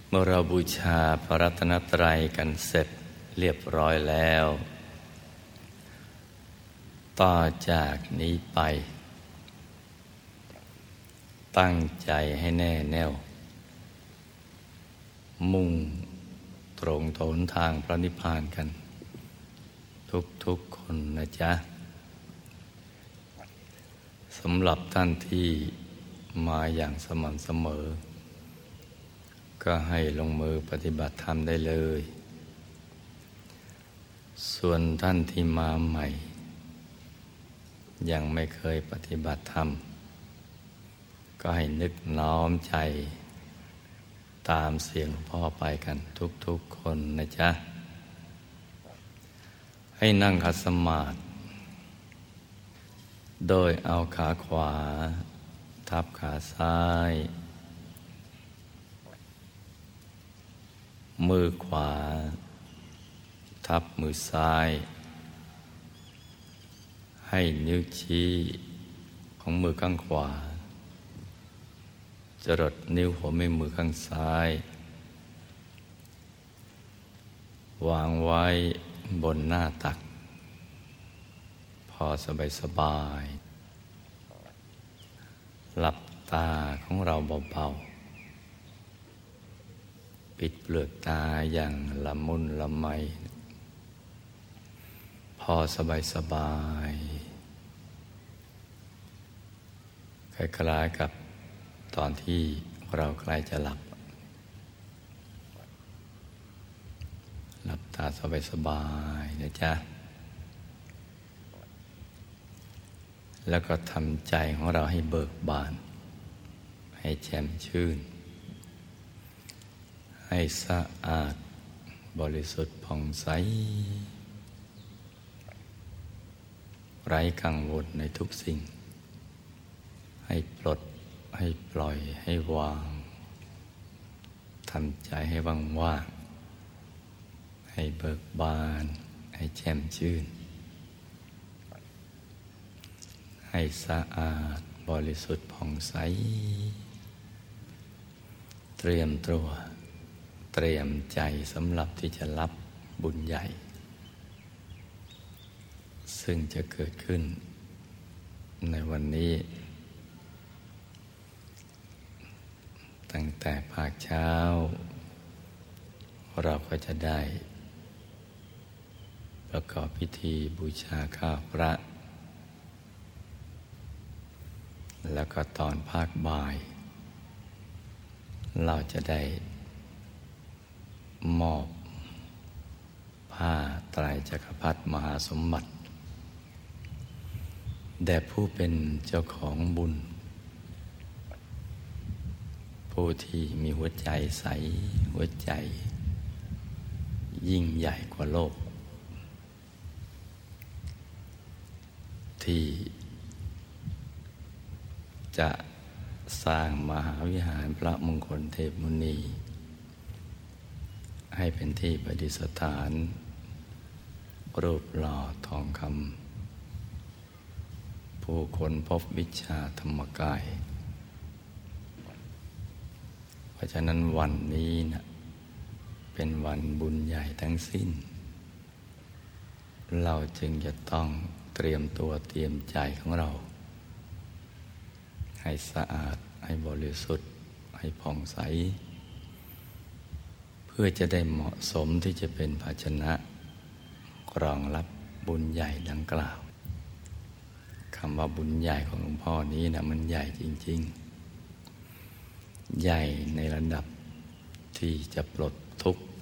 เมื่อเราบูชาพระรัตนตรัยกันเสร็จเรียบร้อยแล้วต่อจากนี้ไปตั้งใจให้แน่แน่วมุ่งตรงต่อหนทางพระนิพพานกันทุกคนนะจ๊ะสำหรับท่านที่มาอย่างสม่ำเสมอก็ให้ลงมือปฏิบัติธรรมได้เลยส่วนท่านที่มาใหม่ยังไม่เคยปฏิบัติธรรมก็ให้นึกน้อมใจตามเสียงหลวงพ่อไปกันทุกคนนะจ๊ะให้นั่งขัดสมาธิโดยเอาขาขวาทับขาซ้ายมือขวาทับมือซ้ายให้นิ้วชี้ของมือข้างขวาจรดนิ้วหัวแม่มือข้างซ้ายวางไว้บนหน้าตักพอสบายหลับตาของเราเบาๆปิดเปลือกตาอย่างละมุนละไมพอสบายคล้ายๆกับตอนที่เราใกล้จะหลับตาสบายๆนะจ๊ะแล้วก็ทำใจของเราให้เบิกบานให้แจ่มชื่นให้สะอาดบริสุทธิ์ผ่องใสไร้กังวลในทุกสิ่งให้ปลดให้ปล่อยให้วางทำใจให้ว่างๆให้เบิกบานให้แจ่มชื่นให้สะอาดบริสุทธิ์ผ่องใสเตรียมตัวเตรียมใจสำหรับที่จะรับบุญใหญ่ซึ่งจะเกิดขึ้นในวันนี้ตั้งแต่ภาคเช้าเราก็จะได้ประกอบพิธีบูชาข้าวพระแล้วก็ตอนภาคบ่ายเราจะได้มอบผ้าไตรจักรพรรดิมหาสมบัติแด่ผู้เป็นเจ้าของบุญผู้ที่มีหัวใจใสหัวใจยิ่งใหญ่กว่าโลกที่จะสร้างมหาวิหารพระมงคลเทพมุนีให้เป็นที่ประดิษฐานรูปหล่อทองคำผู้คนพบวิชาธรรมกายเพราะฉะนั้นวันนี้นะเป็นวันบุญใหญ่ทั้งสิ้นเราจึงจะต้องเตรียมตัวเตรียมใจของเราให้สะอาดให้บริสุทธิ์ให้ผ่องใสเพื่อจะได้เหมาะสมที่จะเป็นภาชนะรองรับบุญใหญ่ดังกล่าวคำว่าบุญใหญ่ของหลวงพ่อนี้นะมันใหญ่จริงๆใหญ่ในระดับที่จะปลดทุกข์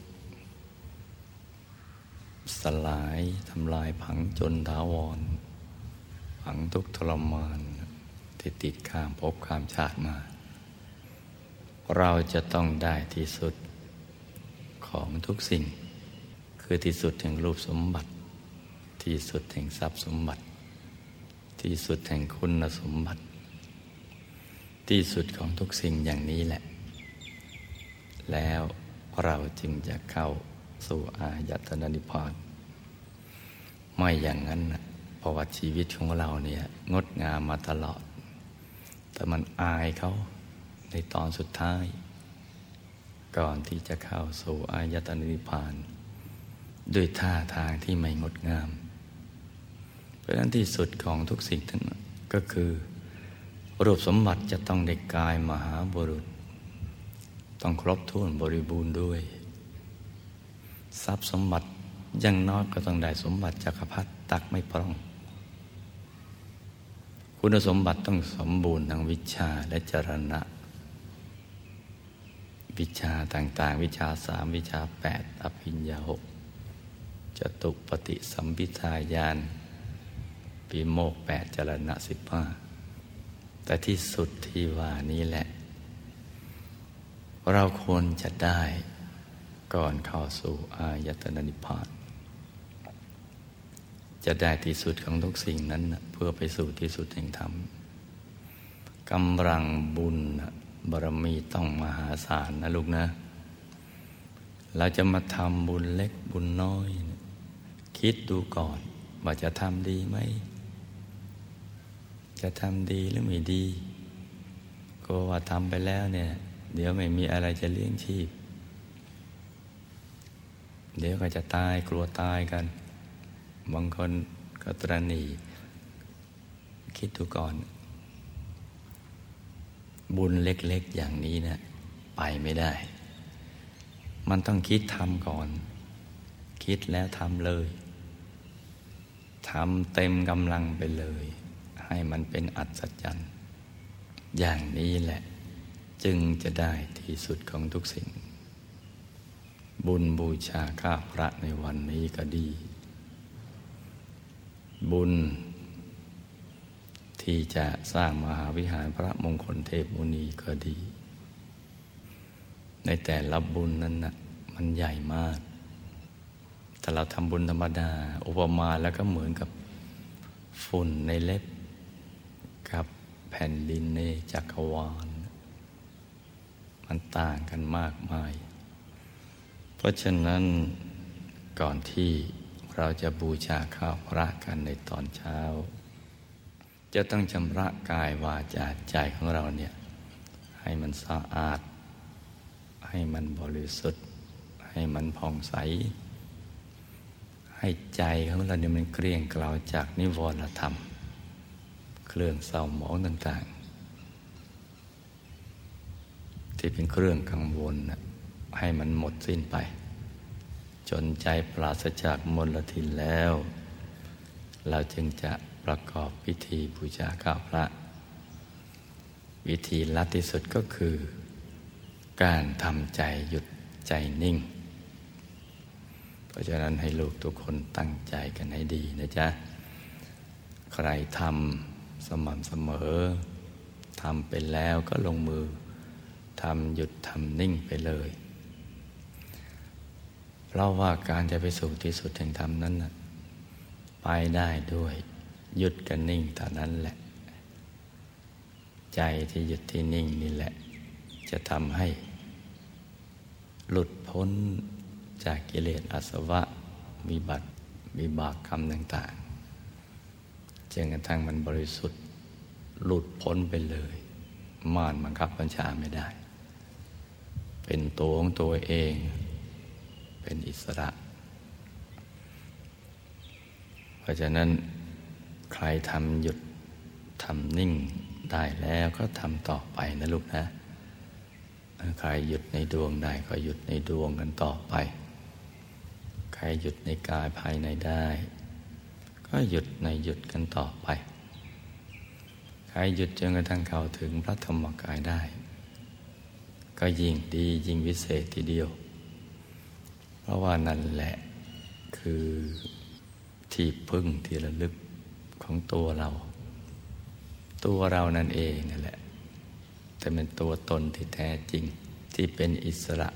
สลายทำลายผังจนถาวรผังทุกข์ทรมานที่ติดข้ามภพข้ามชาติมาเราจะต้องได้ที่สุดของทุกสิ่งคือที่สุดแห่งรูปสมบัติที่สุดแห่งทรัพย์สมบัติที่สุดแห่งคุณสมบัติที่สุดของทุกสิ่งอย่างนี้แหละแล้วเราจึงจะเข้าสู่อายตนะนิพพานไม่อย่างนั้นนะประวัติชีวิตของเราเนี่ยงดงามมาตลอดแต่มันอายเขาในตอนสุดท้ายก่อนที่จะเข้าสู่อายตนะนิพพานด้วยท่าทางที่ไม่งดงามเพราะฉะนั้นที่สุดของทุกสิ่งนั้นก็คือรูปสมบัติจะต้องได้กายมหาบุรุษต้องครบถ้วนบริบูรณ์ด้วยทรัพย์สมบัติอย่างน้อยก็ต้องได้สมบัติจักรพรรดิตักไม่พร่องคุณสมบัติต้องสมบูรณ์ทั้งวิชาและจรณะวิชาต่างๆวิชา3วิชา8อภิญญา6จตุปฏิสัมภิทาญาณวิโมกข์8จรณะ15แต่ที่สุดที่ว่านี้แหละเราควรจะได้ก่อนเข้าสู่อายตนะนิพพานจะได้ที่สุดของทุกสิ่งนั้นเพื่อไปสู่ที่สุดแห่งธรรมกำลังบุญบารมีต้องมหาศาลนะลูกนะเราจะมาทำบุญเล็กบุญน้อยคิดดูก่อนว่าจะทำดีไหมจะทำดีหรือไม่ดีก็ว่าทำไปแล้วเนี่ยเดี๋ยวไม่มีอะไรจะเลี้ยงชีพเดี๋ยวก็จะตายกลัวตายกันบางคนก็ตระหนี่คิดดูก่อนบุญเล็กๆอย่างนี้นะไปไม่ได้มันต้องคิดทำก่อนคิดแล้วทำเลยทำเต็มกำลังไปเลยให้มันเป็นอัศจรรย์อย่างนี้แหละจึงจะได้ที่สุดของทุกสิ่งบุญบูชาข้าพระในวันนี้ก็ดีบุญที่จะสร้างมหาวิหารพระมงคลเทพมุนีก็ดีในแต่ละบุญนั้นนะมันใหญ่มากแต่เราทำบุญธรรมดาอุปมาแล้วก็เหมือนกับฝุ่นในเล็บกับแผ่นดินในจักรวาลมันต่างกันมากมายเพราะฉะนั้นก่อนที่เราจะบูชาข้าวพระกันในตอนเช้าจะต้องชำระกายวาจาใจของเราเนี่ยให้มันสะอาดให้มันบริสุทธิ์ให้มันผ่องใสให้ใจของเราเนี่ยมันเกลี้ยงเกลาจากนิวรณธรรมเครื่องเศร้าหมองต่างๆที่เป็นเครื่องกังวลให้มันหมดสิ้นไปจนใจปราศจากมลทินแล้วเราจึงจะประกอบพิธีบูชาข้าวพระวิธีลัดที่สุดก็คือการทำใจหยุดใจนิ่งเพราะฉะนั้นให้ลูกทุกคนตั้งใจกันให้ดีนะจ๊ะใครทำสม่ำเสมอทำเป็นแล้วก็ลงมือทำหยุดทำนิ่งไปเลยเพราะว่าการจะไปสู่ที่สุดแห่งธรรมนั้นนะไปได้ด้วยหยุดกันนิ่งเท่านั้นแหละใจที่หยุดที่นิ่งนี่แหละจะทำให้หลุดพ้นจากกิเลสอาสวะวิบัติวิบากกรรมต่างๆจนกระทั่งมันบริสุทธิ์หลุดพ้นไปเลยม่านบังคับบัญชาไม่ได้เป็นตัวของตัวเองเป็นอิสระเพราะฉะนั้นใครทำหยุดทำนิ่งได้แล้วก็ทำต่อไปนะลูกนะใครหยุดในดวงได้ก็หยุดในดวงกันต่อไปใครหยุดในกายภายในได้ก็หยุดในหยุดกันต่อไปใครหยุดจนกระทั่งเข้าถึงพระธรรมกายได้ก็ยิ่งดียิ่งวิเศษทีเดียวเพราะว่านั่นแหละคือที่พึ่งที่ระลึกของตัวเรานั่นเองนั่นแหละแต่เป็นตัวตนที่แท้จริงที่เป็นอิสระ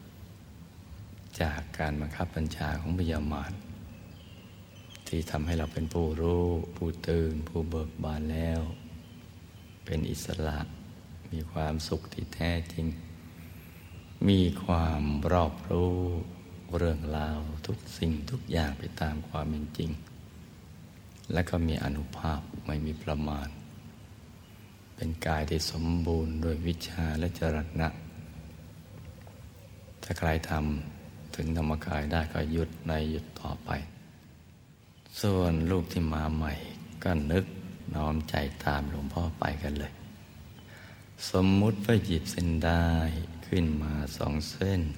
จากการบังคับบัญชาของพยามารที่ทำให้เราเป็นผู้รู้ผู้ตื่นผู้เบิกบานแล้วเป็นอิสระมีความสุขที่แท้จริงมีความรอบรู้เรื่องราวทุกสิ่งทุกอย่างไปตามความเป็นจริงและก็มีอานุภาพไม่มีประมาณเป็นกายที่สมบูรณ์ด้วยวิชาและจรณะถ้าใครทำถึงธรรมกายได้ก็หยุดต่อไปส่วนลูกที่มาใหม่ก็นึกน้อมใจตามหลวงพ่อไปกันเลยสมมุติว่าหยิบเส้นได้ขึ้นมา2 เส้น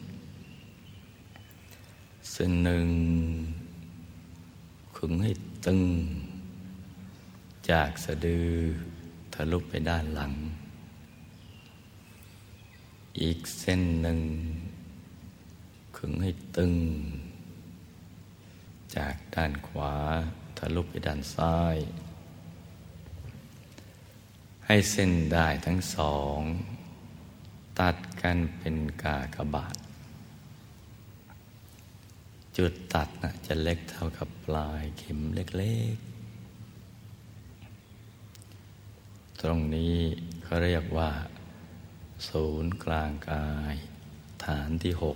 เส้นหนึ่งขึงให้ตึงจากสะดือทะลุไปด้านหลังอีกเส้นหนึ่งขึงให้ตึงจากด้านขวาทะลุไปด้านซ้ายให้เส้นได้ทั้งสองตัดกันเป็นกากบาทจุดตัดจะเล็กเท่ากับปลายเข็มเล็กๆตรงนี้เขาเรียกว่าศูนย์กลางกายฐานที่ 6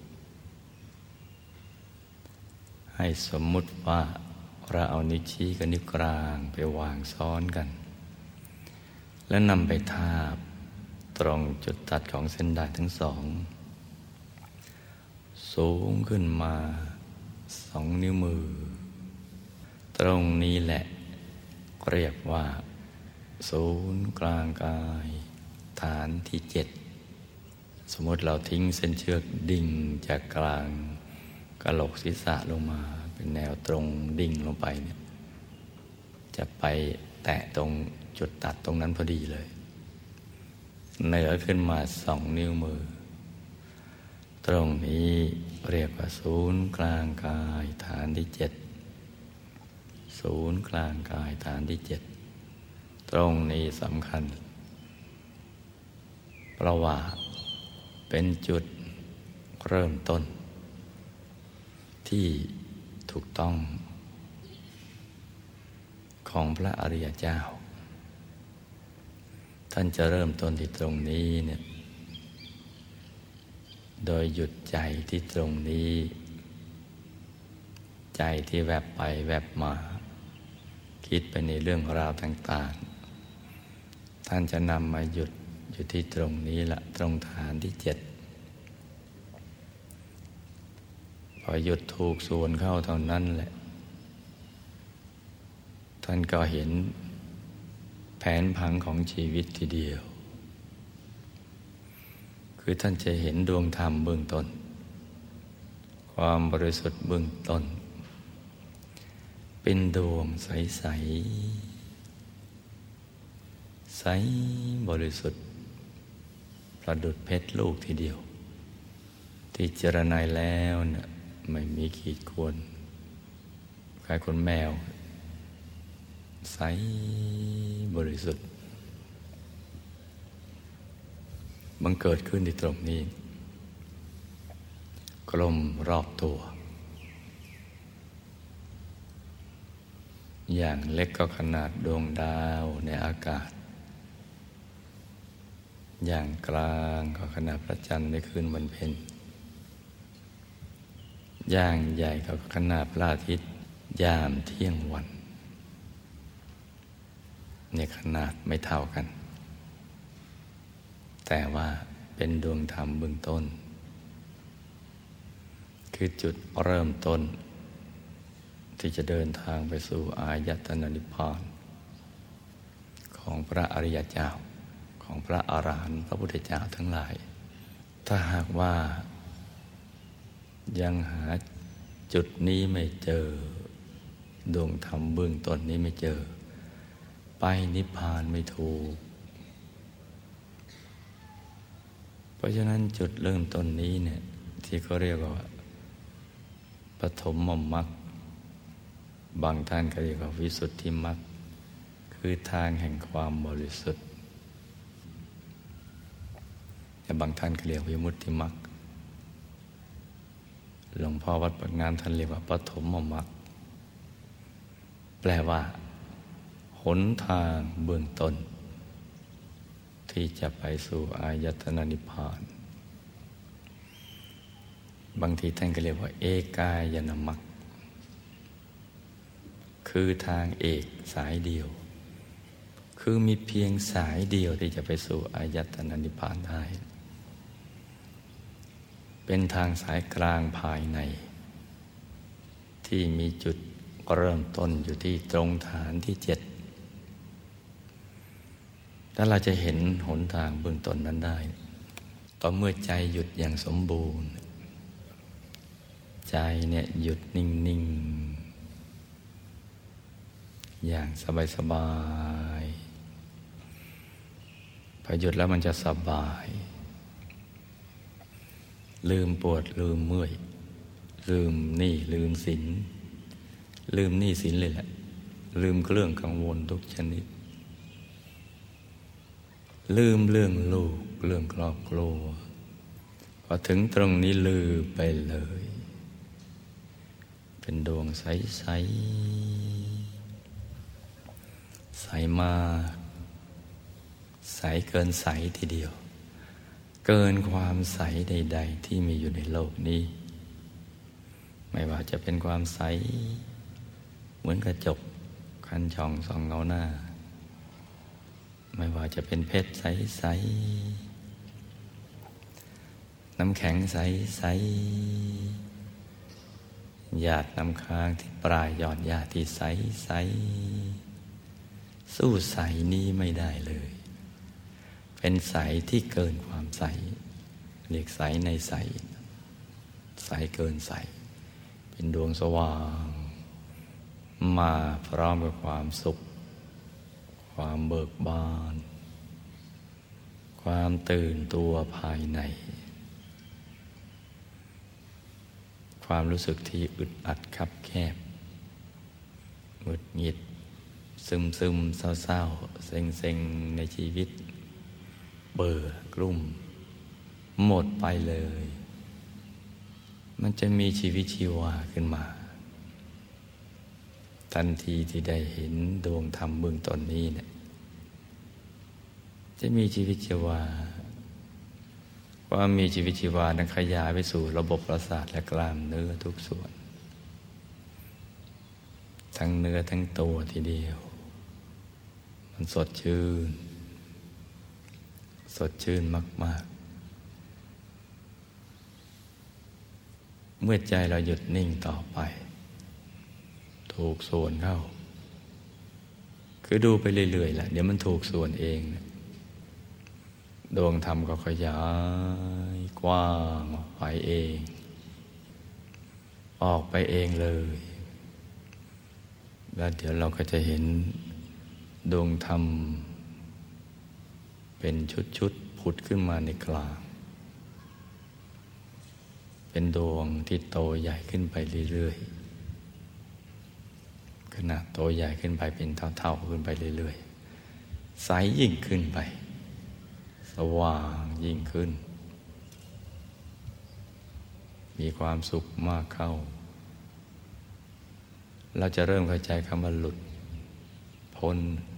ให้สมมุติว่าเราเอานิ้วชี้กับนิ้วกลางไปวางซ้อนกันแล้วนำไปทาบตรงจุดตัดของเส้นด้ายทั้งสองสูงขึ้นมา2 นิ้วมือตรงนี้แหละเรียกว่าศูนย์กลางกายฐานที่ 7สมมติเราทิ้งเส้นเชือกดิ่งจากกลางกะโหลกศีรษะลงมาเป็นแนวตรงดิ่งลงไปเนี่ยจะไปแตะตรงจุดตัดตรงนั้นพอดีเลยเหนือขึ้นมา2 นิ้วมือตรงนี้เรียกว่าศูนย์กลางกายฐานที่ 7ศูนย์กลางกายฐานที่ 7ตรงนี้สำคัญเพราะว่าเป็นจุดเริ่มต้นที่ถูกต้องของพระอริยเจ้าท่านจะเริ่มต้นที่ตรงนี้เนี่ยโดยหยุดใจที่ตรงนี้ใจที่แวบไปแวบมาคิดไปในเรื่องราวต่างๆท่านจะนำมาหยุดอยู่ที่ตรงนี้ละตรงฐานที่ 7พอหยุดถูกส่วนเข้าเท่านั้นแหละท่านก็เห็นแผนผังของชีวิตทีเดียวคือท่านจะเห็นดวงธรรมเบื้องต้นความบริสุทธิ์เบื้องต้นเป็นดวงใสใสบริสุทธิ์ประดุจเพชรลูกทีเดียวที่เจรไนแล้วเนี่ยไม่มีขีดข่วนคล้ายคนแมวใสบริสุทธิ์บังเกิดขึ้นที่ตรงนี้กลมรอบตัวอย่างเล็กก็ขนาดดวงดาวในอากาศอย่างกลางก็ขนาดพระจันทร์ในคืนวันเพ็ญอย่างใหญ่ก็ขนาดพระอาทิตย์ยามเที่ยงวันเนี่ยขนาดไม่เท่ากันแต่ว่าเป็นดวงธรรมเบื้องต้นคือจุดเริ่มต้นที่จะเดินทางไปสู่อายตนะนิพพานของพระอริยเจ้าของพระอรหันต์พระพุทธเจ้าทั้งหลายถ้าหากว่ายังหาจุดนี้ไม่เจอดวงธรรมเบื้องต้นนี้ไม่เจอไปนิพพานไม่ถูกเพราะฉะนั้นจุดเริ่มต้นนี้เนี่ยที่เขาเรียกว่าปฐมมรรคบางท่านก็เรียกว่าวิสุทธิมรรคคือทางแห่งความบริสุทธิ์แต่บางท่านก็เรียกวิมุตติมรรคหลวงพ่อวัดปากน้ำท่านเรียกว่าปฐมมรรคแปลว่าหนทางเบื้องต้นที่จะไปสู่อายตนะนิพพานบางทีท่านก็เรียกว่าเอกายนมรรคคือทางเอกสายเดียวคือมีเพียงสายเดียวที่จะไปสู่อายตนะนิพพานได้เเป็นทางสายกลางภายในที่มีจุดเริ่มต้นอยู่ที่ตรงฐานที่7ถ้าเราจะเห็นหนทางเบื้องต้นนั้นได้ต่อเมื่อใจหยุดอย่างสมบูรณ์ใจเนี่ยหยุดนิ่งๆอย่างสบายๆพอหยุดแล้วมันจะสบายลืมปวดลืมเมื่อยลืมหนี้ลืมสินลืมหนี้สินเลยแหละลืมเรื่องกังวลทุกชนิดลืมเรื่องลูกเรื่องครอบครัวพอถึงตรงนี้ลืมไปเลยเป็นดวงใสใสใสมากใสเกินใสทีเดียวเกินความใสใดๆที่มีอยู่ในโลกนี้ไม่ว่าจะเป็นความใสเหมือนกระจกคันช่องส่องเงาหน้าไม่ว่าจะเป็นเพชรใสๆน้ำแข็งใสๆหยาดน้ำค้างที่ปลายยอดหญ้าที่ใสๆสู้ใสนี้ไม่ได้เลยเป็นใสที่เกินความใสเรียกใสในใสใสเกินใสเป็นดวงสว่างมาพร้อมกับความสุขความเบิกบานความตื่นตัวภายในความรู้สึกที่อึดอัดคับแคบหงุดหงิดซึมเศร้าเซ็งในชีวิตเบื่อกลุ่มหมดไปเลยมันจะมีชีวิตชีวาขึ้นมาทันทีที่ได้เห็นดวงธรรมเบื้องต้นนี้เนี่ยจะมีชีวิตชีวาความมีชีวิตชีวานั้นขยายไปสู่ระบบประสาทและกล้ามเนื้อทุกส่วนทั้งเนื้อทั้งตัวทีเดียวมันสดชื่นมากๆเมื่อใจเราหยุดนิ่งต่อไปถูกส่วนเข้าคือดูไปเรื่อยๆแหละเดี๋ยวมันถูกส่วนเองดวงธรรมก็ขยายกว้างออกไปเองเลยแล้วเดี๋ยวเราก็จะเห็นดวงธรรมเป็นชุดๆผุดขึ้นมาในกลางเป็นดวงที่โตใหญ่ขึ้นไปเรื่อยๆขนาดโตใหญ่ขึ้นไปเป็นเท่าๆขึ้นไปเรื่อยๆใสยิ่งขึ้นไปสว่างยิ่งขึ้นมีความสุขมากเข้าเราจะเริ่มเข้าใจคำว่าหลุดพ้น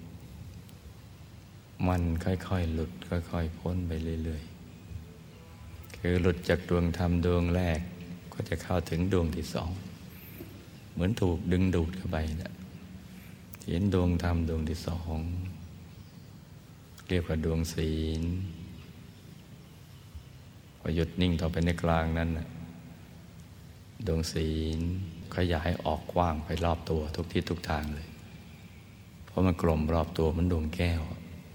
มันค่อยๆหลุดค่อยๆพ้นไปเรื่อยๆคือหลุดจากดวงธรรมดวงแรกก็จะเข้าถึงดวงที่2เหมือนถูกดึงดูดเข้าไปนะเห็นดวงธรรมดวงที่2เรียกว่าดวงศีลพอหยุดนิ่งต่อไปในกลางนั้นนะดวงศีลขยายออกกว้างไปรอบตัวทุกทิศทุกทางเลยเพราะมันกลมรอบตัวมันดวงแก้ว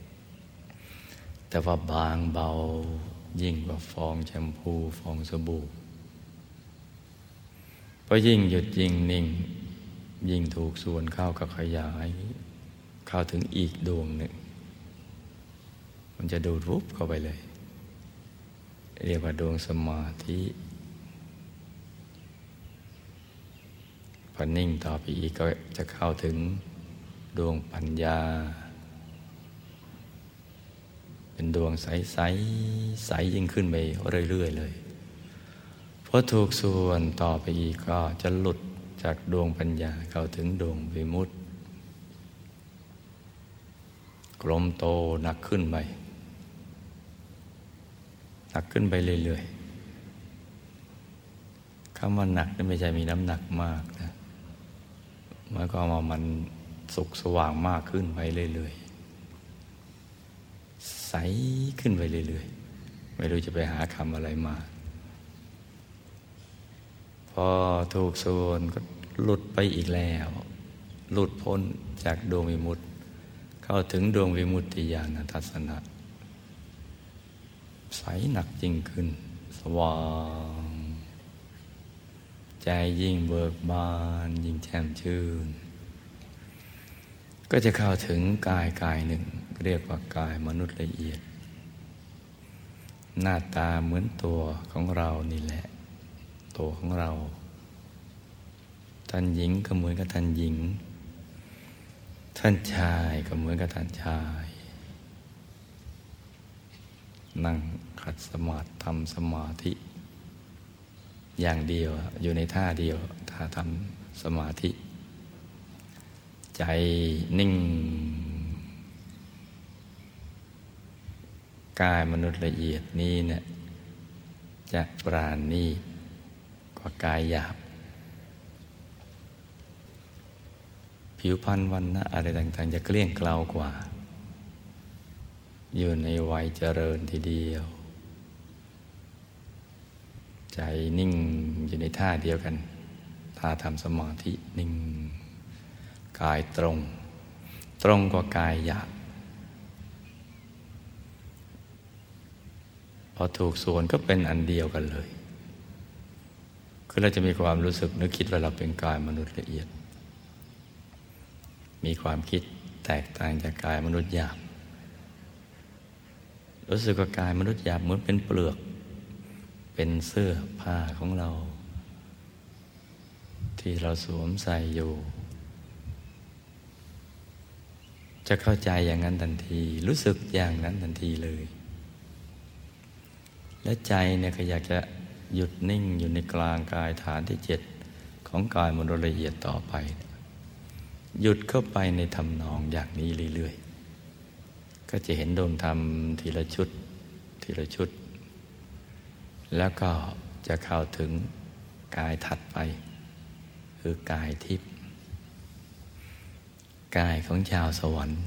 แต่ว่าบางเบายิ่งกว่าฟองแชมพูฟองสบู่พอยิ่งหยุดยิ่งนิ่งยิ่งถูกส่วนเข้าก็ขยายเข้าถึงอีกดวงหนึ่งมันจะดูดวุบเข้าไปเลยเรียกว่าดวงสมาธิพอนิ่งต่อไปอีกก็จะเข้าถึงดวงปัญญาเป็นดวงใสยิ่งขึ้นไปเรื่อยๆเลยพอถูกส่วนต่อไปอีกก็จะหลุดจากดวงปัญญาเข้าถึงดวงวิมุตติกลมโตหนักขึ้นไปเรื่อยๆคำว่าหนักนี่ไม่ใช่มีน้ำหนักมากนะหมายความว่ามันสุขสว่างมากขึ้นไปเรื่อยๆใสขึ้นไปเรื่อยๆไม่รู้จะไปหาคำอะไรมาอถูกส่วนก็หลุดไปอีกแล้ว หลุดพ้นจากดวงวิมุตติเข้าถึงดวงวิมุตติญาณทัศนะ ใสหนักยิ่งขึ้นสว่างใจยิ่งเบิกบานยิ่งแจ่มชื่นก็จะเข้าถึงกายหนึ่งเรียกว่ากายมนุษย์ละเอียดหน้าตาเหมือนตัวของเรานี่แหละตัวของเราท่านหญิงก็เหมือนกับท่านหญิงท่านชายก็เหมือนกับท่านชายนั่งขัดสมาธิทำสมาธิอย่างเดียวอยู่ในท่าเดียวท่าทำสมาธิใจนิ่งกายมนุษย์ละเอียดนี้เนี่ยจะปราณีตกว่ากายหยาบผิวพรรณวรรณะอะไรต่างๆจะเกลี้ยงเกลากว่าอยู่ในวัยเจริญทีเดียวใจนิ่งอยู่ในท่าเดียวกันท่าทำสมาธินิ่งกายตรงกว่ากายหยาบพอถูกส่วนก็เป็นอันเดียวกันเลยคือเราจะมีความรู้สึกนึกคิดว่าเราเป็นกายมนุษย์ละเอียดมีความคิดแตกต่างจากกายมนุษย์หยาบรู้สึกว่ากายมนุษย์หยาบเหมือนเป็นเปลือกเป็นเสื้อผ้าของเราที่เราสวมใส่อยู่จะเข้าใจอย่างนั้นทันทีรู้สึกอย่างนั้นทันทีเลยและใจเนี่ยก็อยากจะหยุดนิ่งอยู่ในกลางกายฐานที่7ของกายมนุษย์ละเอียดต่อไปหยุดเข้าไปในทำนองอย่างนี้เรื่อยๆก็จะเห็นดวงธรรมทีละชุดแล้วก็จะเข้าถึงกายถัดไปคือกายทิพย์กายของชาวสวรรค์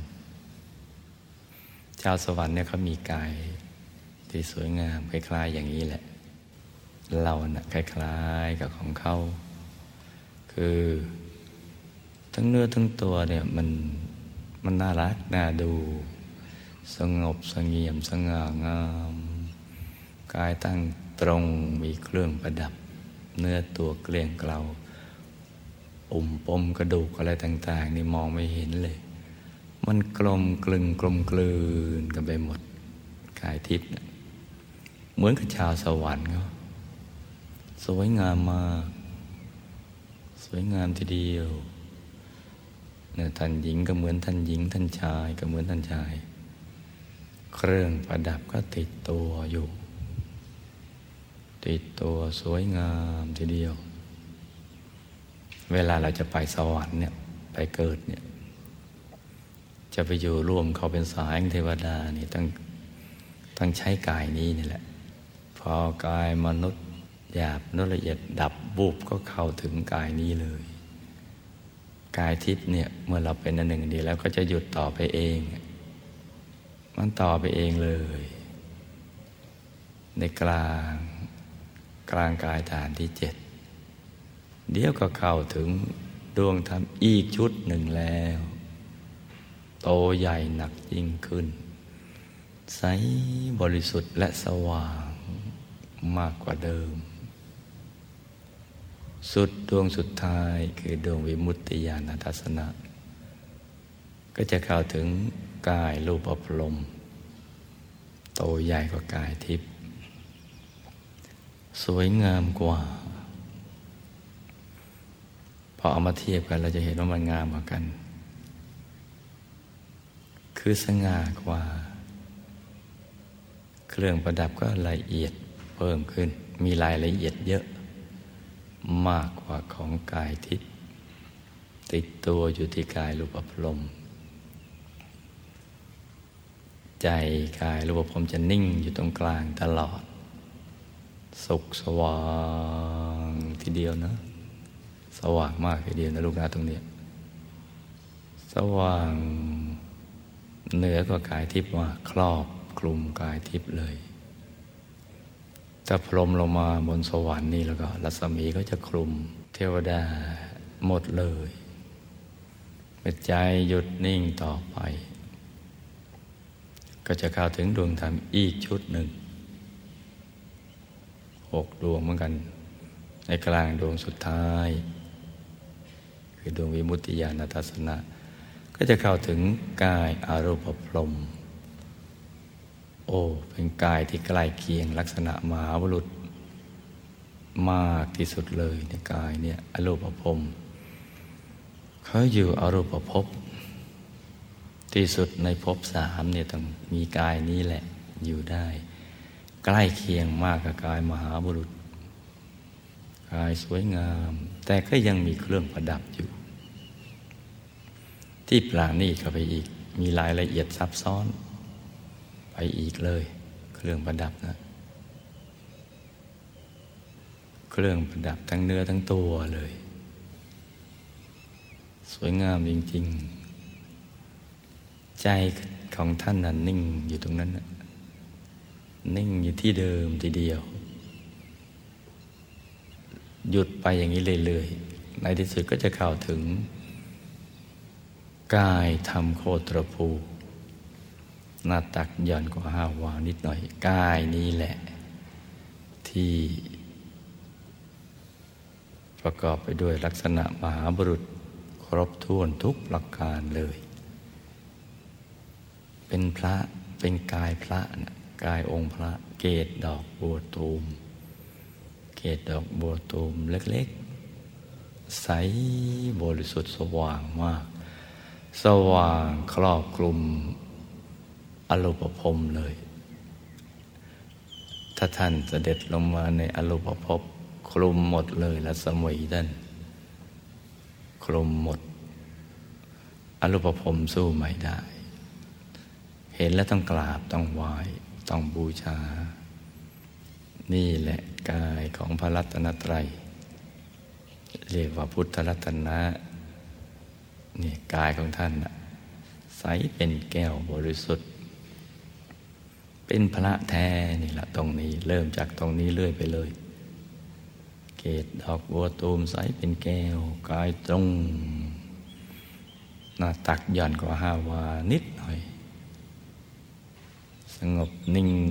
ชาวสวรรค์เนี่ยเขามีกายที่สวยงามคล้ายๆอย่างนี้แหละเราน่ะคล้ายๆกับของเขาคือทั้งเนื้อทั้งตัวเนี่ยมันน่ารักน่าดูสงบเสงี่ยมสง่างามกายตั้งตรงมีเครื่องประดับเนื้อตัวเกลี้ยงเกลาปมกระดูกอะไรต่างๆนี่มองไม่เห็นเลยมันกลมกลืนกันไปหมดกายทิพย์เนี่ยเหมือนกับชาวสวรรค์เขาสวยงามมากสวยงามทีเดียวเนี่ยท่านหญิงก็เหมือนท่านหญิงท่านชายก็เหมือนท่านชายเครื่องประดับก็ติดตัวอยู่ติดตัวสวยงามทีเดียวเวลาเราจะไปสวรรค์เนี่ยไปเกิดเนี่ยจะไปอยู่ร่วมเขาเป็นสายเทวดานี่ต้องใช้กายนี้นี่แหละพอกายมนุษย์หยาบมนุษย์ละเอียดดับบุบก็เข้าถึงกายนี้เลยกายทิพย์เนี่ยเมื่อเราเป็นอันหนึ่งดีแล้วก็จะหยุดต่อไปเองมันต่อไปเองเลยในกลางกายฐานที่7เดี๋ยวก็เข้าถึงดวงธรรมอีกชุดหนึ่งแล้วโตใหญ่หนักยิ่งขึ้นใสบริสุทธิ์และสว่างมากกว่าเดิมสุดดวงสุดท้ายคือดวงวิมุตติญาณทัศนะก็จะเข้าถึงกายรูปพรหมโตใหญ่กว่ากายทิพย์สวยงามกว่าพอเอามาเทียบกันเราจะเห็นว่ามันงามกว่ากันคือสง่ากว่าเครื่องประดับก็ละเอียดเพิ่มขึ้นมีรายละเอียดเยอะมากกว่าของกายทิพย์ติดตัวอยู่ที่กายรูปพรหมใจกายรูปพรหมจะนิ่งอยู่ตรงกลางตลอดสุขสว่างทีเดียวนะสว่างมากทีเดียวนะลูกนะตรงนี้สว่างเหนือกว่ากายทิพย์ว่าครอบคลุมกายทิพย์เลยถ้าพรหมลงมาบนสวรรค์นี่แล้วก็รัศมีก็จะคลุมเทวดาหมดเลยเมื่อใจหยุดนิ่งต่อไปก็จะเข้าถึงดวงธรรมอีกชุดหนึ่ง6 ดวงเหมือนกันในกลางดวงสุดท้ายคือดวงวิมุตติญาณทัศนะก็จะเข้าถึงกายอารูปพรหมเป็นกายที่ใกล้เคียงลักษณะมหาบุรุษมากที่สุดเลยในกายเนี่ยอรูปพรหมเขาอยู่อรูปภพที่สุดในภพ3เนี่ยต้องมีกายนี้แหละอยู่ได้ใกล้เคียงมากกับกายมหาบุรุษกายสวยงามแต่ก็ยังมีเครื่องประดับอยู่ที่ปราณีตเข้าไปอีกมีรายละเอียดซับซ้อนไปอีกเลยเครื่องประดับนะเครื่องประดับทั้งเนื้อทั้งตัวเลยสวยงามจริงๆใจของท่านน่ะนิ่งอยู่ตรงนั้นนะนิ่งอยู่ที่เดิมทีเดียวหยุดไปอย่างนี้เรื่อยๆในที่สุดก็จะเข้าถึงกายธรรมโคตรภูหน้าตักย่อนกว่า5 วานิดหน่อยกายนี้แหละที่ประกอบไปด้วยลักษณะมหาบุรุษครบถ้วนทุกประการเลยเป็นพระเป็นกายพระนะกายองค์พระเกศดอกบัวตูมเกศดอกบัวตูมเล็กๆใสบริสุทธิ์สว่างมากสว่างครอบคลุมอรูปภพเลยถ้าท่านเสด็จลงมาในอรูปภพคลุมหมดเลยรัศมีท่านคลุมหมดอรูปภพสู้ไม่ได้เห็นแล้วต้องกราบต้องไหว้ต้องบูชานี่แหละกายของพระรัตนตรัยเรียกว่าพุทธรัตนะนี่กายของท่านน่ะใสเป็นแก้วบริสุทธิ์เป็นพระแท้นี่แหละตรงนี้เริ่มจากตรงนี้เรื่อยไปเลยเกศดอกบัวตูมใสเป็นแก้วกายตรงหน้าตักหย่อนกว่า5 วานิดหน่อยสงบนิ่ง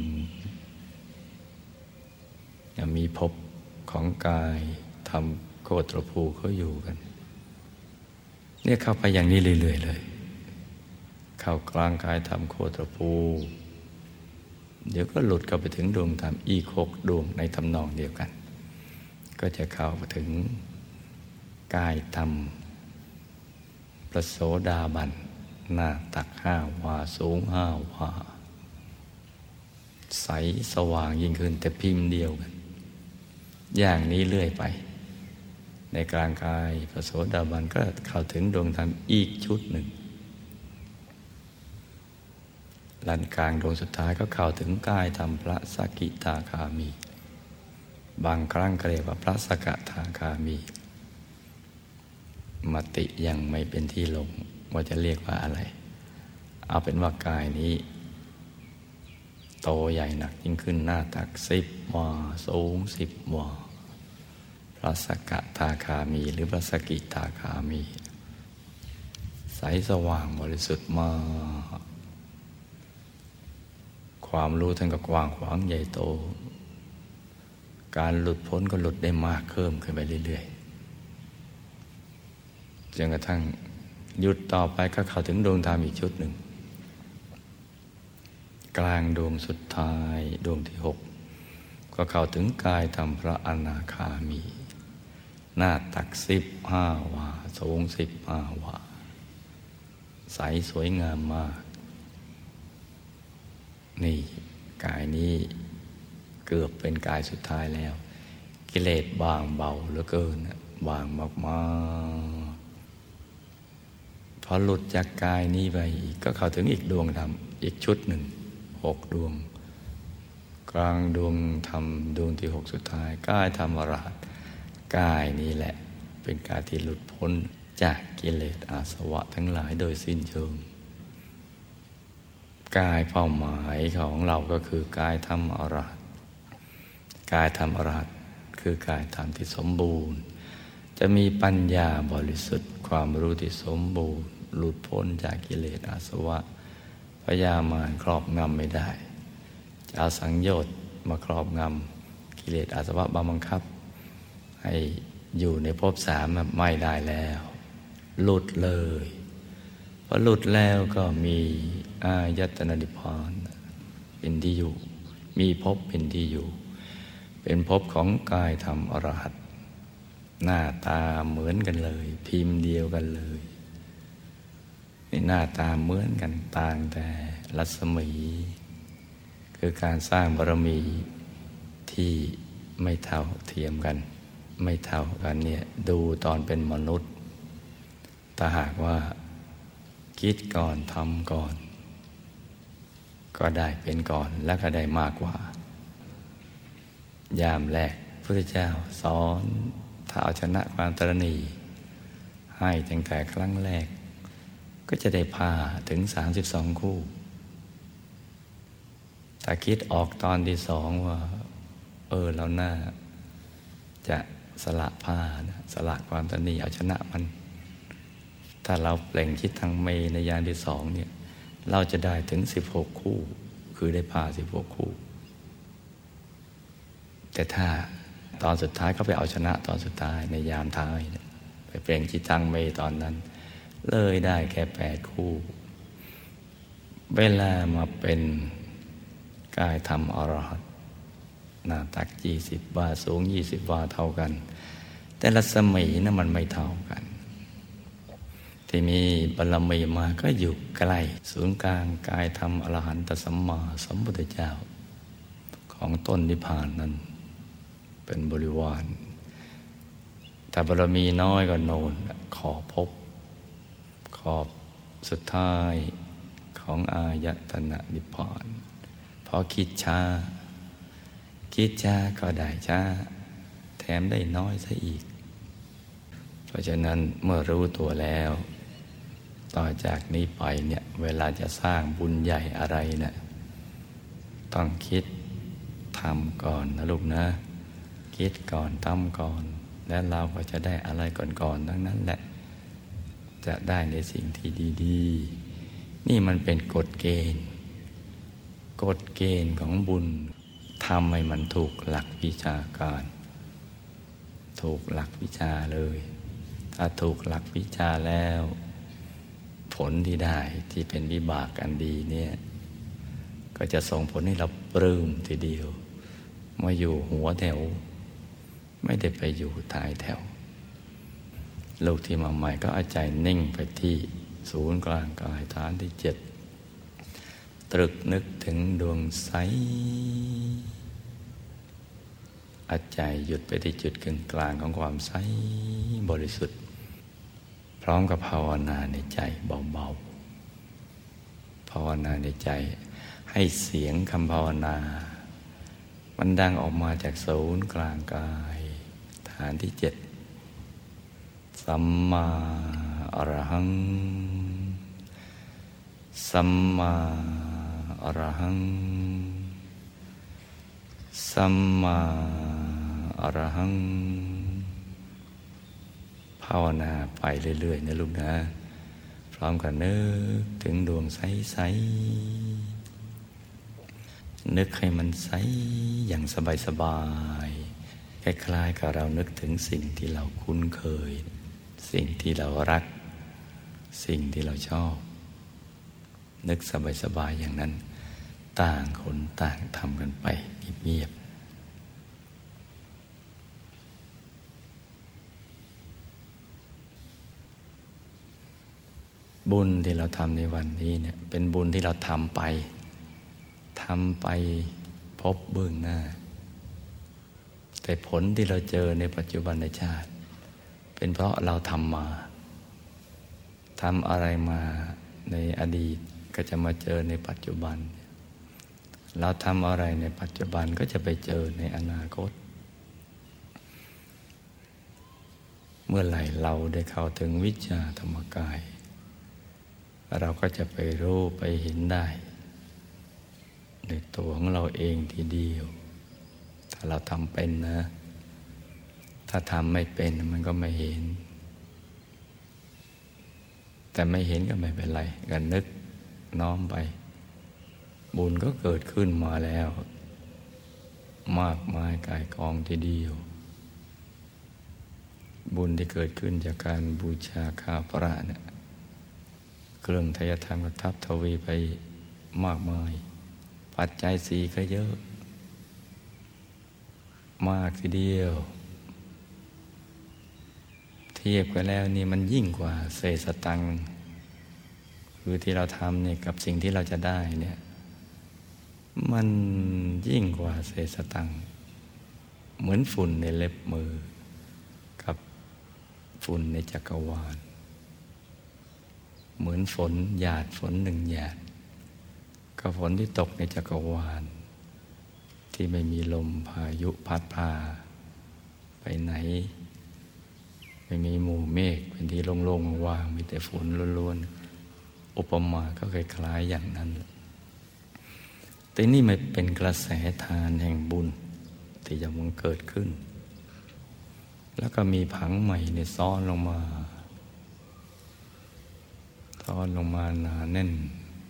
ยังมีภพของกายทำโคตรภูเขาอยู่กันเนี่ยเข้าไปอย่างนี้เรื่อยๆเลยเข้ากลางกายทำโคตรภูเดี๋ยวก็หลุดเข้าไปถึงดวงธรรมอีก6 ดวงในทำนองเดียวกันก็จะเข้าไปถึงกายธรรมพระโสดาบันหน้าตัก5 วาสูง5 วาใสสว่างยิ่งขึ้นแต่พิมพ์เดียวกันอย่างนี้เรื่อยไปในกลางกายพระโสดาบันก็เข้าถึงดวงธรรมอีกชุดหนึ่งลันกลางดวงสุดท้ายก็เข้าถึงกายธรรมพระสกิทาคามีบางครั้งก็เรียกว่าพระสกทาคามีมติยังไม่เป็นที่ลงว่าจะเรียกว่าอะไรเอาเป็นว่ากายนี้โตใหญ่หนักยิ่งขึ้นหน้าตัก10 วาสูง10 วาพระสกทาคามีหรือพระสกิทาคามีใสสว่างบริสุทธิ์มากความรู้ท่านก็กว้างขวางใหญ่โตการหลุดพ้นก็หลุดได้มากเพิ่มขึ้นไปเรื่อยๆจนกระทั่งหยุดต่อไปก็เข้าถึงดวงธรรมอีกชุดหนึ่งกลางดวงสุดท้ายดวงที่6ก็เข้าถึงกายธรรมพระอนาคามีหน้าตัก15 วาสูง15 วาใสสวยงามมากนี่กายนี้เกือบเป็นกายสุดท้ายแล้วกิเลสบางเบาเหลือเกินบางมากๆพอหลุดจากกายนี้ไปก็เข้าถึงอีกดวงธรรมอีกชุดหนึ่ง6 ดวงกลางดวงธรรมดวงที่6สุดท้ายกายธรรมอรหันต์กายนี้แหละเป็นกายที่หลุดพ้นจากกิเลสอาสวะทั้งหลายโดยสิ้นเชิงกายเป้าหมายของเราก็คือกายธรรมอรหันต์กายธรรมอรหัตคือกายธรรมที่สมบูรณ์จะมีปัญญาบริสุทธิ์ความรู้ที่สมบูรณ์หลุดพ้นจากกิเลสอาสวะพยามารครอบงำไม่ได้จะเอาสังโยชน์มาครอบงำกิเลสอาสวะบังคับให้อยู่ในภพสามไม่ได้แล้วหลุดเลยพอหลุดแล้วก็มีอายตนะนิพพานเป็นที่อยู่มีภพเป็นที่อยู่เป็นภพของกายธรรมอรหัตหน้าตาเหมือนกันเลยพิมพ์เดียวกันเลยหน้าตาเหมือนกันต่างแต่รัศมีคือการสร้างบารมีที่ไม่เท่าเทียมกันไม่เท่ากันเนี่ยดูตอนเป็นมนุษย์ถ้าหากว่าคิดก่อนทำก่อนก็ได้เป็นก่อนและก็ได้มากกว่ายามแรกพระพุทธเจ้าสอนถ้าเอาชนะความตระหนี่ให้ตั้งแต่ครั้งแรกก็จะได้ผ้าถึง32 คู่ถ้าคิดออกตอนที่สองว่าเราน่าจะสละผ้านะสละความตระหนี่เอาชนะมันถ้าเราเปล่งจิตทางเมตในยานที่สองเนี่ยเราจะได้ถึง16 คู่คือได้ผ้า16 คู่แต่ถ้าตอนสุดท้ายเขาไปเอาชนะตอนสุดท้ายในยามท้ายไปเปล่งจิตทางเมตตอนนั้นเลยได้แค่8 คู่เวลามาเป็นกายธรรมอรหัตหน้าตัก20 วาสูง20 วาเท่ากันแต่รัศมีนั้นมันไม่เท่ากันที่มีบารมีมาก็อยู่ใกล้ศูนย์กลางกายธรรมอรหันตสัมมาสัมพุทธเจ้าของต้นนิพพานนั้นเป็นบริวารแต่บารมีน้อยก็โน่นขอพบขอบสุดท้ายของอายตนะนิพพานพอคิดช้าก็ได้ช้าแถมได้น้อยซะอีกเพราะฉะนั้นเมื่อรู้ตัวแล้วต่อจากนี้ไปเนี่ยเวลาจะสร้างบุญใหญ่อะไรเนี่ยต้องคิดทำก่อนนะลูกนะคิดก่อนทำก่อนแล้วเราก็จะได้อะไรก่อนๆทั้งนั้นแหละจะได้ในสิ่งที่ดีๆนี่มันเป็นกฎเกณฑ์ของบุญทำให้มันถูกหลักวิชาการถูกหลักวิชาเลยถ้าถูกหลักวิชาแล้วผลที่ได้ที่เป็นวิบากอันดีเนี่ยก็จะส่งผลให้เราปลื้มทีเดียวมาอยู่หัวแถวไม่ได้ไปอยู่ท้ายแถวลูกที่มาใหม่ก็เอาใจนิ่งไปที่ศูนย์กลางกายฐานที่ 7ตรึกนึกถึงดวงใสเอาใจหยุดไปที่จุดกลางของความใสบริสุทธิ์พร้อมกับภาวนาในใจเบาๆภาวนาในใจให้เสียงคำภาวนามันดังออกมาจากศูนย์กลางกายฐานที่ 7สัมมาอรหังสัมมาอรหังสัมมาอรหังภาวนาไปเรื่อยๆนะลูกนะพร้อมกับนึกถึงดวงใสๆนึกให้มันใสอย่างสบายๆคล้ายๆกับเรานึกถึงสิ่งที่เราคุ้นเคยสิ่งที่เรารักสิ่งที่เราชอบนึกสบายๆอย่างนั้นต่างคนต่างทำกันไปเงียบๆบุญที่เราทำในวันนี้เนี่ยเป็นบุญที่เราทำไปพบเบื้องหน้าแต่ผลที่เราเจอในปัจจุบันชาติเป็นเพราะเราทำอะไรมาในอดีตก็จะมาเจอในปัจจุบันเราทำอะไรในปัจจุบันก็จะไปเจอในอนาคตเมื่อไหร่เราได้เข้าถึงวิชาธรรมกายเราก็จะไปรู้ไปเห็นได้ในตัวของเราเองทีเดียวถ้าเราทำเป็นนะถ้าทำไม่เป็นมันก็ไม่เห็นแต่ไม่เห็นก็ไม่เป็นไรก็นึกน้อมไปบุญก็เกิดขึ้นมาแล้วมากมายกายกองทีเดียวบุญที่เกิดขึ้นจากการบูชาข้าพระเนี่ยเครื่องไตรธรรมก็ทับทวีไปมากมายปัจจัยสี่ก็เยอะมากทีเดียวเทียบกันแล้วนี่มันยิ่งกว่าเศษสตังค์คือที่เราทำเนี่ยกับสิ่งที่เราจะได้เนี่ยมันยิ่งกว่าเศษสตังค์เหมือนฝุ่นในเล็บมือกับฝุ่นในจักรวาลเหมือนฝนหยาดฝนหนึ่งหยาดกับฝนที่ตกในจักรวาลที่ไม่มีลมพายุพัดพาไปไหนไม่มีหมู่เมฆเป็นที่โล่งๆว่างมีแต่ฝนล้วนๆอุปมาก็คล้ายๆอย่างนั้นแต่นี่มันเป็นกระแสทานแห่งบุญที่จะมันเกิดขึ้นแล้วก็มีผังใหม่ในซ้อนลงมาหนาแน่น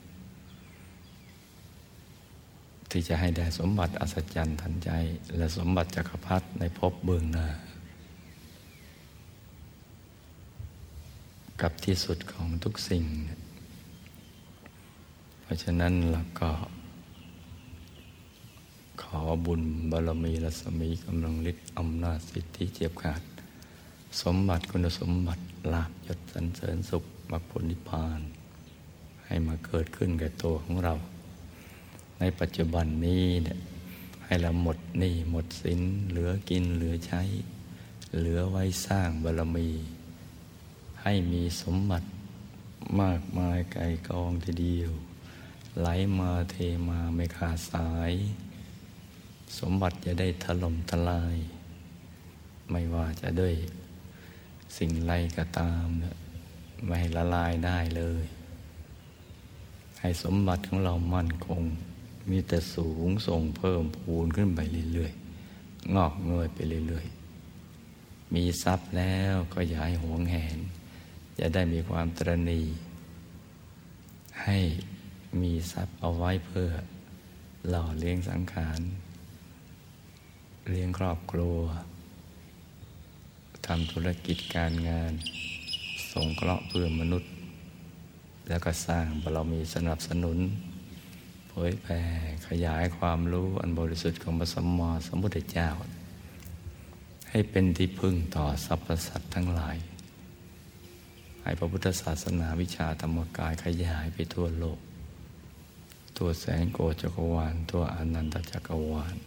ที่จะให้ได้สมบัติอัศจรรย์ทันใจและสมบัติจักรพรรดิในภพเบื้องหน้ากับที่สุดของทุกสิ่งเพราะฉะนั้นเราก็ขอบุญบารมีรัศมีกำลังฤทธิ์อำนาจสิทธิเจียบขาดสมบัติคุณสมบัติลาภยศสรรเสริญสุขมรรคผลนิพพานให้มาเกิดขึ้นแก่ตัวของเราในปัจจุบันนี้เนี่ยให้เราหมดหนี้หมดสินเหลือกินเหลือใช้เหลือไว้สร้างบารมีให้มีสมบัติมากมายไกลกองทีเดียวไหลมาเทมาไม่ขาดสายสมบัติจะได้ถล่มทลายไม่ว่าจะด้วยสิ่งไรก็ตามไม่ให้ละลายได้เลยให้สมบัติของเรามั่นคงมีแต่สูงส่งเพิ่มพูนขึ้นไปเรื่อยๆงอกเงยไปเรื่อยๆมีทรัพย์แล้วก็อย่าให้หวงแหนจะได้มีความตระหนี่ให้มีทรัพย์เอาไว้เพื่อหล่อเลี้ยงสังขารเลี้ยงครอบครัวทำธุรกิจการงานสงเคราะห์เพื่อมนุษย์แล้วก็สร้างบารมีสนับสนุนเผยแผ่ขยายความรู้อันบริสุทธิ์ของพระสัมมาสัมพุทธเจ้าให้เป็นที่พึ่งต่อสรรพสัตว์ทั้งหลายให้พระพุทธศาสนาวิชาธรรมกายขยายไปทั่วโลกทั่วแสนโกฏจักรวาลทั่วอนันตจักรวาล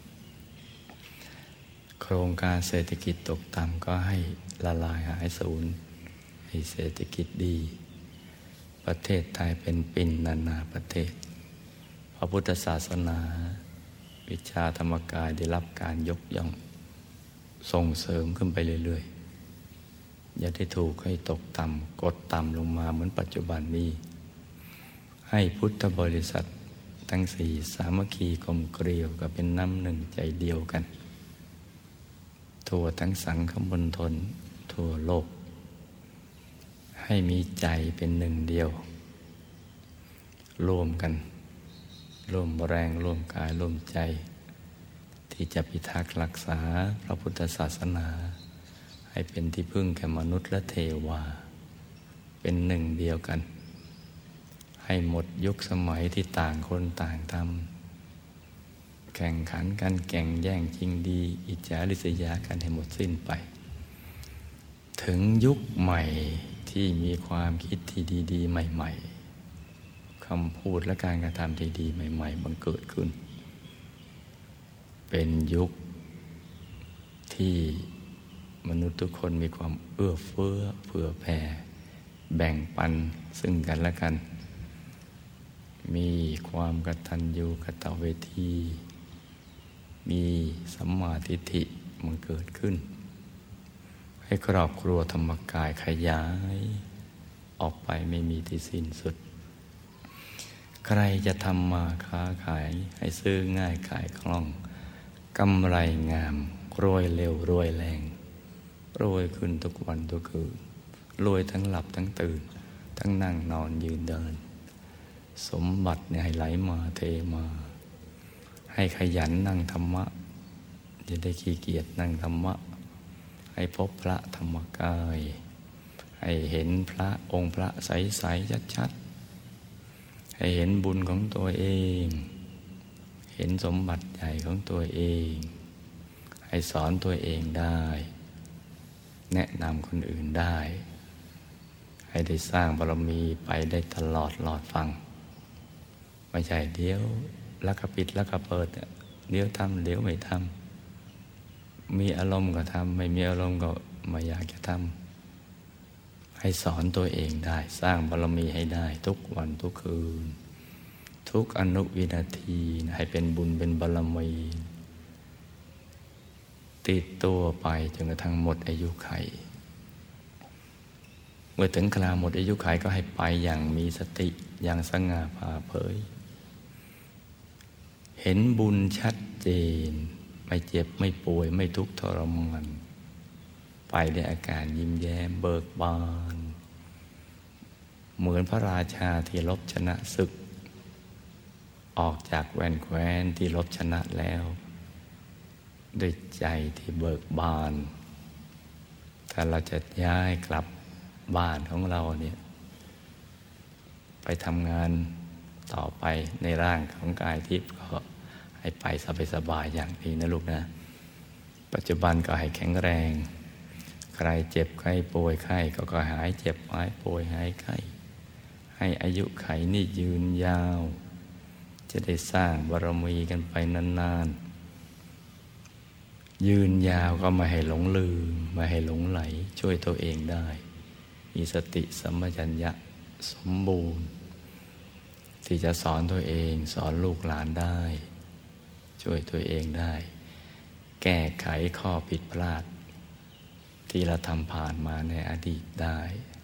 โครงการเศรษฐกิจตกต่ำก็ให้ละลายหายสูญให้เศรษฐกิจดีประเทศไทยเป็นปิ่นนานาประเทศพระพุทธศาสนาวิชาธรรมกายได้รับการยกย่องส่งเสริมขึ้นไปเรื่อยๆอย่าได้ถูกให้ตกต่ำกดต่ำลงมาเหมือนปัจจุบันนี้ให้พุทธบริษัททั้งสี่สามัคคีกลมเกลียวก็เป็นน้ำหนึ่งใจเดียวกันทั่วทั้งสังคมณฑลทั่วโลกให้มีใจเป็นหนึ่งเดียวร่วมกันร่วมแรงร่วมกายร่วมใจที่จะพิทักษ์รักษาพระพุทธศาสนาให้เป็นที่พึ่งแก่มนุษย์และเทวาเป็นหนึ่งเดียวกันให้หมดยุคสมัยที่ต่างคนต่างทำแข่งขันกันแข่งแย่งชิงดีอิจฉาริษยากันให้หมดสิ้นไปถึงยุคใหม่ที่มีความคิดที่ดีๆใหม่ๆคำพูดและการกระทำที่ดีใหม่ๆบังเกิดขึ้นเป็นยุคที่มนุษย์ทุกคนมีความเอื้อเฟื้อเผื่อแผ่แบ่งปันซึ่งกันและกันมีความกตัญญูกตเวทีมีสัมมาทิฏฐิมันเกิดขึ้นให้ครอบครัวธรรมกายขยายออกไปไม่มีที่สิ้นสุดใครจะทำมาค้าขายให้ซื้อง่ายขายคล่องกำไรงามรวยเร็วรวยแรงรวยขึ้นทุกวันทุกคืนรวยทั้งหลับทั้งตื่นทั้งนั่งนอนยืนเดินสมบัติเนี่ยให้ไหลมาเทมาให้ขยันนั่งธรรมะอย่าได้ขี้เกียจนั่งธรรมะให้พบพระธรรมกายให้เห็นพระองค์พระใสๆชัดๆให้เห็นบุญของตัวเองเห็นสมบัติใหญ่ของตัวเองให้สอนตัวเองได้แนะนำคนอื่นได้ให้ได้สร้างบารมีไปได้ตลอดหลอดฟังไม่ใช่เดี๋ยวแล้วก็ปิดแล้วก็เปิดเดี๋ยวทำเดี๋ยวไม่ทำมีอารมณ์ก็ทำไม่มีอารมณ์ก็ไม่อยากจะทำให้สอนตัวเองได้สร้างบารมีให้ได้ทุกวันทุกคืนทุกอนุวินาทีให้เป็นบุญเป็นบารมีติดตัวไปจนกระทั่งหมดอายุไขเมื่อถึงคราวหมดอายุไขก็ให้ไปอย่างมีสติอย่างสง่าผ่าเผยเห็นบุญชัดเจนไม่เจ็บไม่ป่วยไม่ทุกข์ทรมานไปด้วยอาการยิ้มแย้มเบิกบานเหมือนพระราชาที่รบชนะศึกออกจากแว่นแคว้นที่รบชนะแล้วด้วยใจที่เบิกบานถ้าเราจะย้ายกลับบ้านของเราเนี่ยไปทำงานต่อไปในร่างของกายทิพย์ก็ให้ไปสบายๆอย่างนี้นะลูกนะปัจจุบันก็ให้แข็งแรงใครเจ็บใครป่วยไข้ก็หายเจ็บหายป่วยหายไข้ให้อายุไขนี่ยืนยาวจะได้สร้างบารมีกันไปนานๆยืนยาวก็ไม่ให้หลงลืมไม่ให้หลงไหลช่วยตัวเองได้มีสติสัมปชัญญะสมบูรณ์ที่จะสอนตัวเองสอนลูกหลานได้ช่วยตัวเองได้แก้ไขข้อผิดพลาดที่เราทำผ่านมาในอดีตได้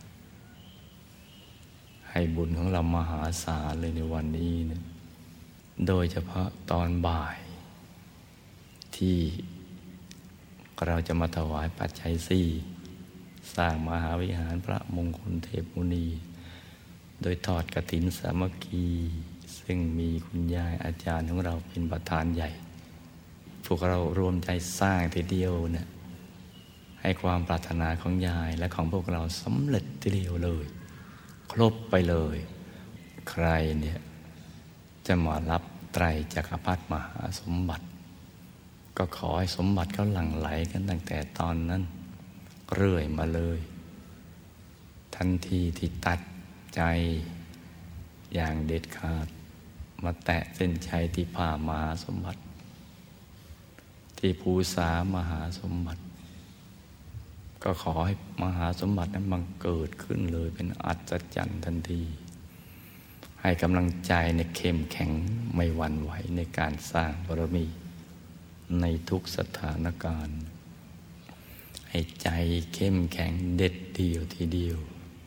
ให้บุญของเรามหาศาลเลยในวันนี้นะโดยเฉพาะตอนบ่ายที่เราจะมาถวายปัจจัยสี่สร้างมหาวิหารพระมงคลเทพมุนีโดยทอดกฐินสามัคคีซึ่งมีคุณยายอาจารย์ของเราเป็นประธานใหญ่พวกเรารวมใจสร้างทีเดียวเนี่ยให้ความปรารถนาของยายและของพวกเราสำเร็จทีเดียวเลยครบไปเลยใครเนี่ยจะมารับไตรจักรพรรดิมหาสมบัติก็ขอให้สมบัติเขาหลั่งไหลกันตั้งแต่ตอนนั้นเรื่อยมาเลยทันทีที่ตัดใจอย่างเด็ดขาดมาแตะเส้นชัยที่ผ่ามหาสมบัติที่ภูษามหาสมบัติก็ขอให้มหาสมบัตินั้นบังเกิดขึ้นเลยเป็นอัศจรรย์ทันทีให้กำลังใจในเข้มแข็งไม่หวั่นไหวในการสร้างบารมีในทุกสถานการณ์ให้ใจเข้มแข็งเด็ดเดี่ยวทีเดียว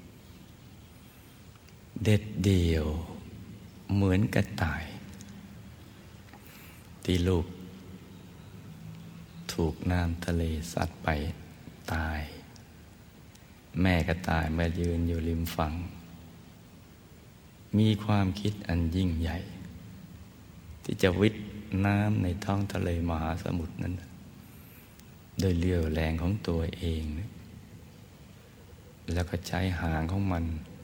เด็ดเดี่ยวเหมือนกระต่ายที่ลูกถูกน้ำทะเลซัดไปตายแม่กระต่ายมายืนอยู่ริมฝั่งมีความคิดอันยิ่งใหญ่ที่จะวิทย์น้ำในท้องทะเลมหาสมุทรนั้นโดยเรี่ยวแรงของตัวเองแล้วก็ใช้หางของมัน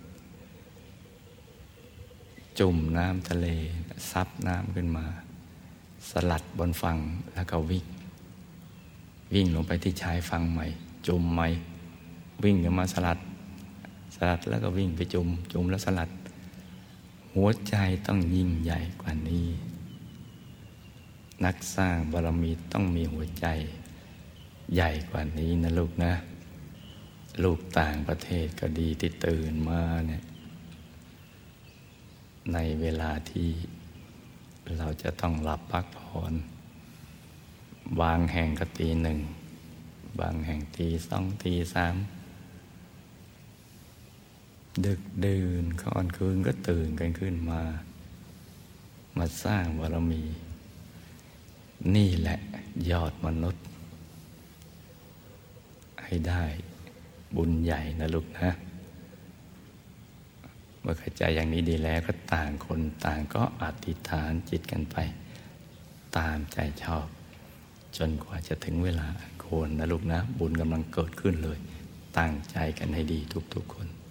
จุ่มน้ำทะเลซับน้ำขึ้นมาสลัดบนฝั่งแล้วก็วิ่งลงไปที่ชายฝั่งใหม่จุ่มใหม่วิ่งขึ้นมาสลัดแล้วก็วิ่งไปจุ่มแล้วสลัดหัวใจต้องยิ่งใหญ่กว่านี้นักสร้างบารมีต้องมีหัวใจใหญ่กว่านี้นะลูกนะลูกต่างประเทศก็ดีที่ตื่นมาเนี่ยในเวลาที่เราจะต้องหลับพักผ่อนบางแห่งก็ตีหนึ่งบางแห่งตีสองตีสามดึกดื่นค่อนคืนก็ตื่นกันขึ้นมาสร้างบารมีนี่แหละยอดมนุษย์ให้ได้บุญใหญ่นะลูกนะเมื่อเข้าใจอย่างนี้ดีแล้วก็ต่างคนต่างก็อธิษฐานจิตกันไปตามใจชอบจนกว่าจะถึงเวลาอันควรนะลูกนะบุญกำลังเกิดขึ้นเลยตั้งใจกันให้ดีทุกๆคน